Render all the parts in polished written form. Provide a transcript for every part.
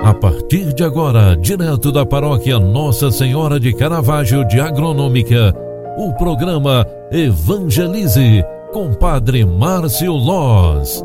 A partir de agora, direto da paróquia Nossa Senhora de Caravaggio de Agronômica, o programa Evangelize com Padre Márcio Loz.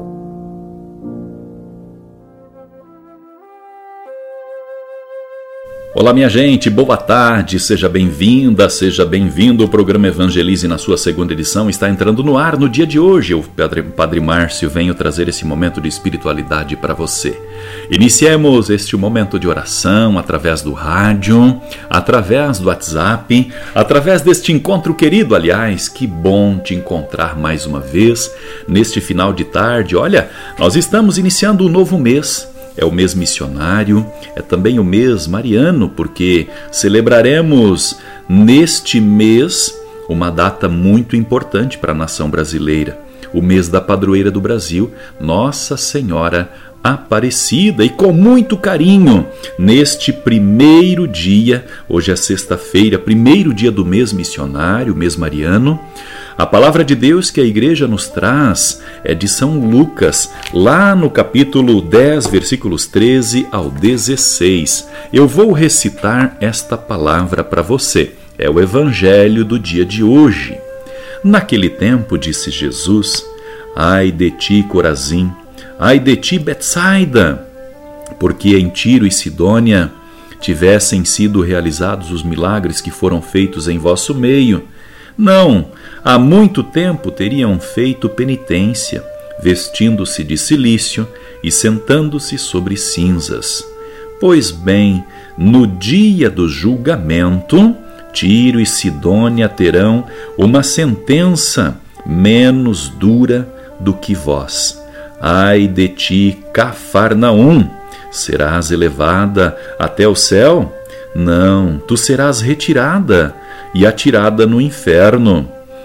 Olá, minha gente, boa tarde, seja bem-vinda, seja bem-vindo. O programa Evangelize, na sua segunda edição, está entrando no ar no dia de hoje. Eu, Padre Márcio, venho trazer esse momento de espiritualidade para você. Iniciemos este momento de oração através do rádio, através do WhatsApp, através deste encontro querido. Aliás, que bom te encontrar mais uma vez neste final de tarde. Olha, nós estamos iniciando um novo mês. É o mês missionário, é também o mês mariano, porque celebraremos neste mês uma data muito importante para a nação brasileira, o mês da padroeira do Brasil, Nossa Senhora Aparecida. E com muito carinho, neste primeiro dia, hoje é sexta-feira, primeiro dia do mês missionário, mês mariano, a palavra de Deus que a igreja nos traz é de São Lucas, lá no capítulo 10, versículos 13 ao 16. Eu vou recitar esta palavra para você. É o evangelho do dia de hoje. Naquele tempo, disse Jesus: ai de ti, Corazim, ai de ti, Betsaida, porque em Tiro e Sidônia tivessem sido realizados os milagres que foram feitos em vosso meio, não, há muito tempo teriam feito penitência, vestindo-se de cilício e sentando-se sobre cinzas. Pois bem, no dia do julgamento, Tiro e Sidônia terão uma sentença menos dura do que vós. Ai de ti, Cafarnaum, serás elevada até o céu? Não, tu serás retirada e atirada no inferno.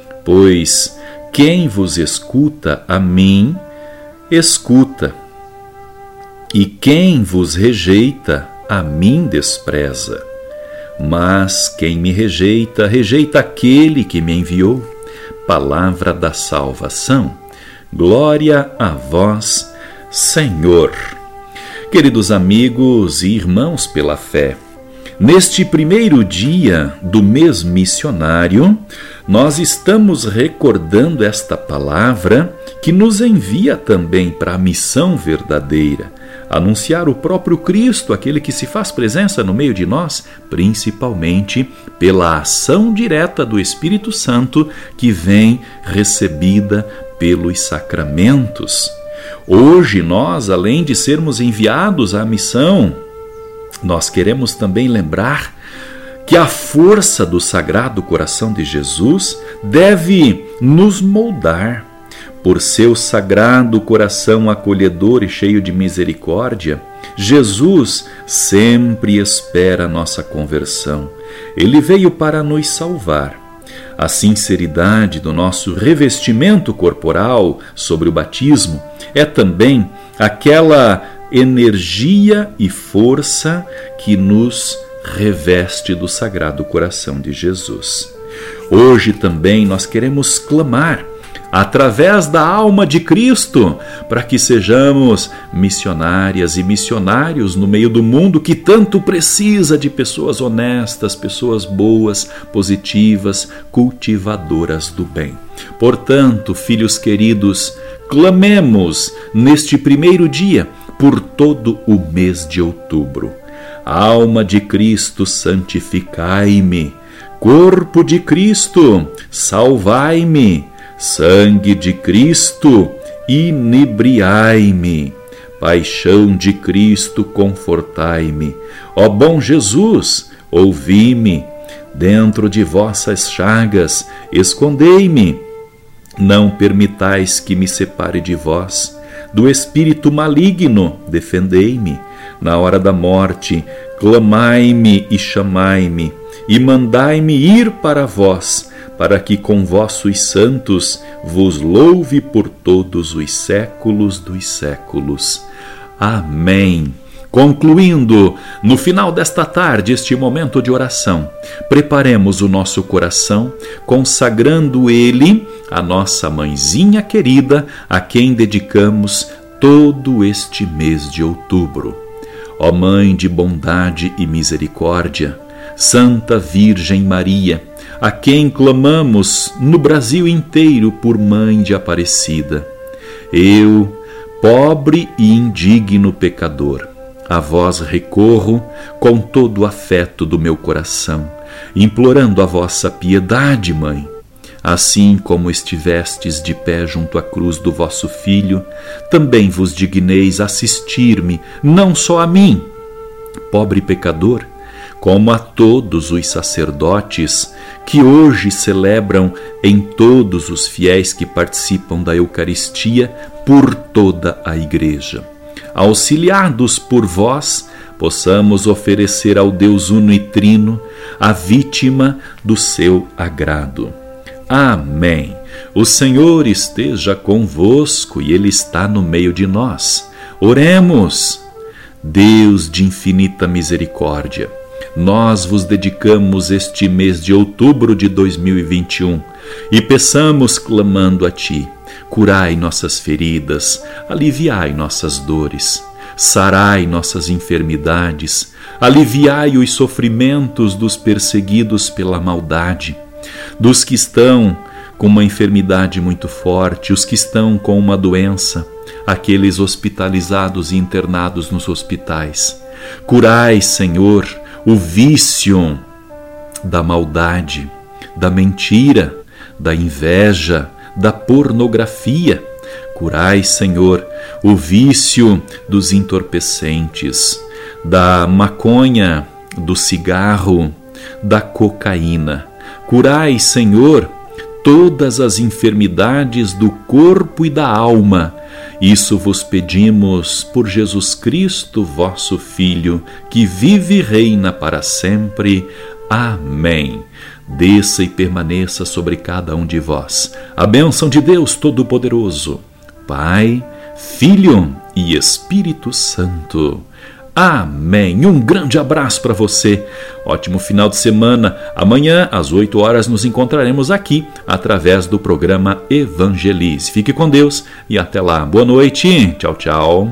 Pois quem vos escuta a mim, escuta, e quem vos rejeita, a mim despreza. Mas quem me rejeita, rejeita aquele que me enviou. Palavra da salvação. Glória a vós, Senhor. Queridos amigos e irmãos pela fé, neste primeiro dia do mês missionário, nós estamos recordando esta palavra que nos envia também para a missão verdadeira, anunciar o próprio Cristo, aquele que se faz presença no meio de nós, principalmente pela ação direta do Espírito Santo que vem recebida pelos sacramentos. Hoje nós, além de sermos enviados à missão, nós queremos também lembrar que a força do Sagrado Coração de Jesus deve nos moldar. Por seu sagrado coração acolhedor e cheio de misericórdia, Jesus sempre espera a nossa conversão. Ele veio para nos salvar. A sinceridade do nosso revestimento corporal sobre o batismo é também aquela energia e força que nos reveste do Sagrado Coração de Jesus. Hoje também nós queremos clamar através da alma de Cristo para que sejamos missionárias e missionários no meio do mundo que tanto precisa de pessoas honestas, pessoas boas, positivas, cultivadoras do bem. Portanto, filhos queridos, clamemos neste primeiro dia por todo o mês de outubro. Alma de Cristo, santificai-me. Corpo de Cristo, salvai-me. Sangue de Cristo, inebriai-me. Paixão de Cristo, confortai-me. Ó bom Jesus, ouvi-me. Dentro de vossas chagas, escondei-me. Não permitais que me separe de vós. Do espírito maligno, defendei-me. Na hora da morte, clamai-me e chamai-me, e mandai-me ir para vós, para que com vossos santos vos louve por todos os séculos dos séculos. Amém. Concluindo, no final desta tarde, este momento de oração, preparemos o nosso coração, consagrando ele à nossa mãezinha querida, a quem dedicamos todo este mês de outubro. Ó Mãe de bondade e misericórdia, Santa Virgem Maria, a quem clamamos no Brasil inteiro por Mãe de Aparecida, eu, pobre e indigno pecador, a vós recorro com todo o afeto do meu coração, implorando a vossa piedade, Mãe. Assim como estivestes de pé junto à cruz do vosso Filho, também vos digneis assistir-me, não só a mim, pobre pecador, como a todos os sacerdotes que hoje celebram em todos os fiéis que participam da Eucaristia por toda a Igreja. Auxiliados por vós, possamos oferecer ao Deus Uno e Trino a vítima do seu agrado. Amém. O Senhor esteja convosco e Ele está no meio de nós. Oremos. Deus de infinita misericórdia, nós vos dedicamos este mês de outubro de 2021 e peçamos, clamando a Ti, curai nossas feridas, aliviai nossas dores, sarai nossas enfermidades, aliviai os sofrimentos dos perseguidos pela maldade, dos que estão com uma enfermidade muito forte, os que estão com uma doença, aqueles hospitalizados e internados nos hospitais. Curai, Senhor, o vício da maldade, da mentira, da inveja, da pornografia. Curai, Senhor, o vício dos entorpecentes, da maconha, do cigarro, da cocaína. Curai, Senhor, todas as enfermidades do corpo e da alma. Isso vos pedimos por Jesus Cristo, vosso Filho, que vive e reina para sempre. Amém. Desça e permaneça sobre cada um de vós a bênção de Deus Todo-Poderoso, Pai, Filho e Espírito Santo. Amém. Um grande abraço para você. Ótimo final de semana. Amanhã, às 8 horas, nos encontraremos aqui através do programa Evangelize. Fique com Deus e até lá. Boa noite. Tchau, tchau.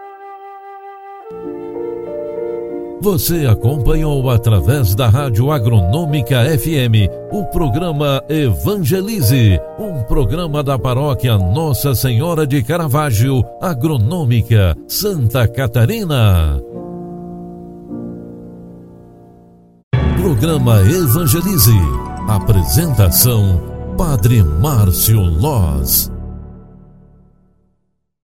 Você acompanhou através da Rádio Agronômica FM o programa Evangelize, um programa da paróquia Nossa Senhora de Caravaggio, Agronômica, Santa Catarina. Programa Evangelize. Apresentação: Padre Márcio Loz.